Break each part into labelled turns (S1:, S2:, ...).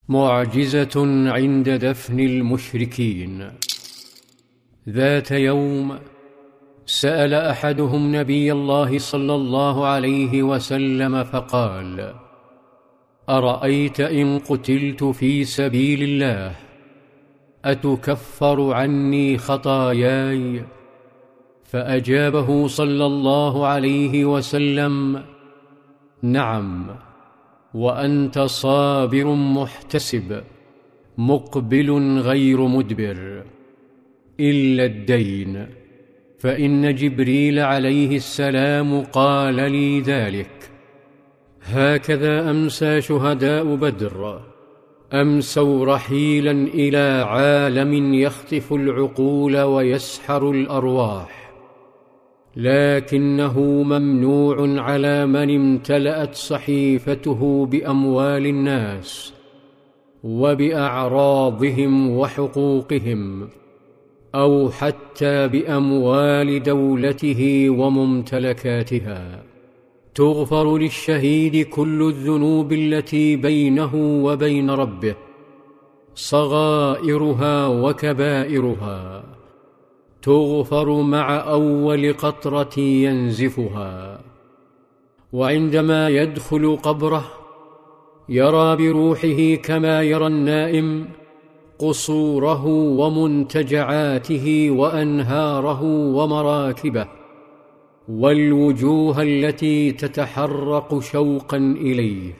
S1: معجزة عند دفن المشركين. ذات يوم سأل أحدهم نبي الله صلى الله عليه وسلم فقال: أرأيت إن قتلت في سبيل الله أتكفر عني خطاياي؟ فأجابه صلى الله عليه وسلم: نعم، وأنت صابر محتسب مقبل غير مدبر، إلا الدين، فإن جبريل عليه السلام قال لي ذلك. هكذا أمسى شهداء بدر، أمسوا رحيلا إلى عالم يخطف العقول ويسحر الأرواح، لكنه ممنوع على من امتلأت صحيفته بأموال الناس وبأعراضهم وحقوقهم، أو حتى بأموال دولته وممتلكاتها. تغفر للشهيد كل الذنوب التي بينه وبين ربه، صغائرها وكبائرها، تغفر مع أول قطرة ينزفها. وعندما يدخل قبره يرى بروحه كما يرى النائم قصوره ومنتجعاته وأنهاره ومراكبه، والوجوه التي تتحرق شوقا إليه،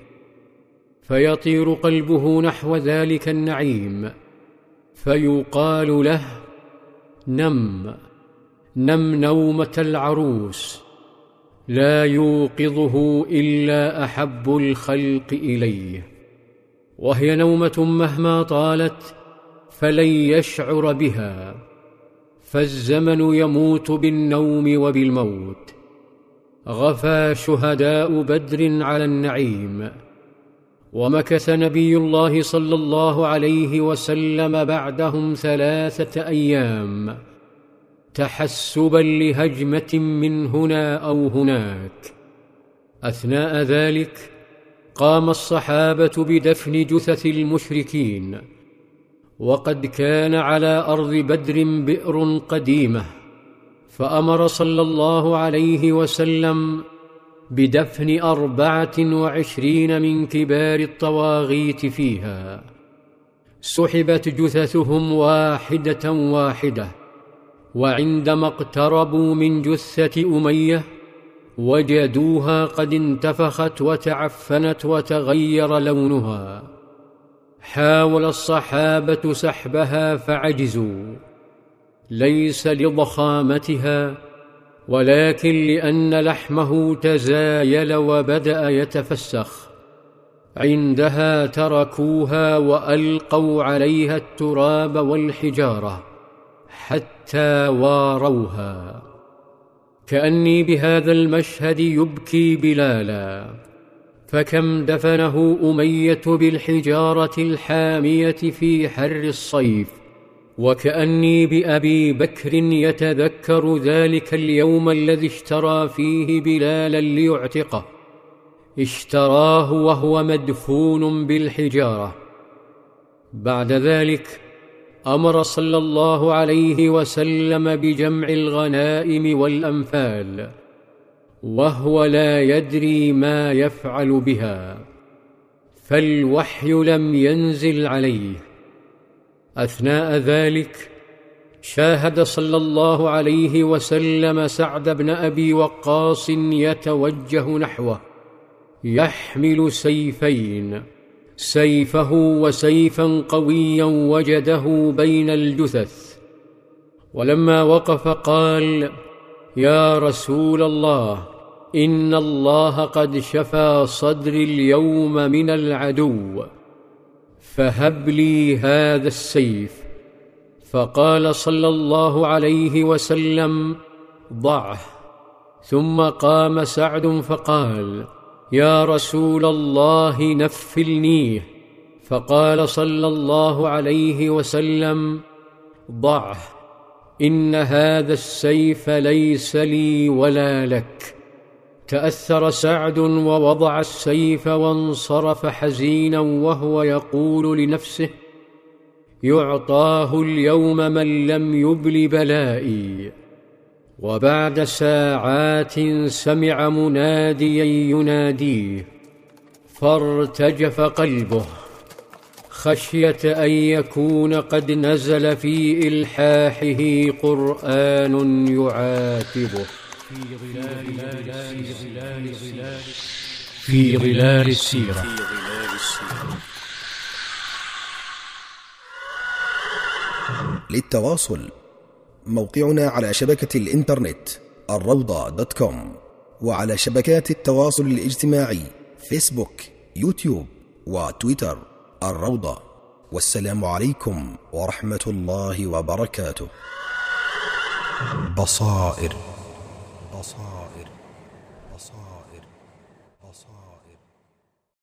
S1: فيطير قلبه نحو ذلك النعيم، فيقال له: نم نومة العروس، لا يوقظه إلا أحب الخلق إليه، وهي نومة مهما طالت فلن يشعر بها، فالزمن يموت بالنوم وبالموت. غفى شهداء بدر على النعيم، ومكث نبي الله صلى الله عليه وسلم بعدهم 3 أيام تحسبا لهجمة من هنا أو هناك. أثناء ذلك قام الصحابة بدفن جثث المشركين، وقد كان على أرض بدر بئر قديمة، فأمر صلى الله عليه وسلم بدفن 24 من كبار الطواغيت فيها. سحبت جثثهم واحدة واحدة، وعندما اقتربوا من جثة أمية وجدوها قد انتفخت وتعفنت وتغير لونها. حاول الصحابة سحبها فعجزوا، ليس لضخامتها، ولكن لأن لحمه تزايل وبدأ يتفسخ. عندها تركوها وألقوا عليها التراب والحجارة حتى واروها. كأني بهذا المشهد يبكي بلالا، فكم دفنه أمية بالحجارة الحامية في حر الصيف، وكأني بأبي بكر يتذكر ذلك اليوم الذي اشترى فيه بلالا ليعتقه، اشتراه وهو مدفون بالحجارة. بعد ذلك أمر صلى الله عليه وسلم بجمع الغنائم والأنفال، وهو لا يدري ما يفعل بها، فالوحي لم ينزل عليه. أثناء ذلك شاهد صلى الله عليه وسلم سعد بن أبي وقاص يتوجه نحوه يحمل سيفين، سيفه وسيفا قويا وجده بين الجثث. ولما وقف قال: يا رسول الله، إن الله قد شفى صدري اليوم من العدو، فهب لي هذا السيف. فقال صلى الله عليه وسلم: ضعه. ثم قام سعد فقال: يا رسول الله، نفلنيه. فقال صلى الله عليه وسلم: ضعه، إن هذا السيف ليس لي ولا لك، تأثر سعد ووضع السيف وانصرف حزينا وهو يقول لنفسه: يعطاه اليوم من لم يبل بلائي. وبعد ساعات سمع مناديا يناديه، فارتجف قلبه خشية أن يكون قد نزل في إلحاحه قرآن يعاتبه.
S2: في ظلال السيرة.
S3: للتواصل موقعنا على شبكة الإنترنت الروضة.com، وعلى شبكات التواصل الاجتماعي فيسبوك، يوتيوب، وتويتر الروضة. والسلام عليكم ورحمة الله وبركاته. بصائر.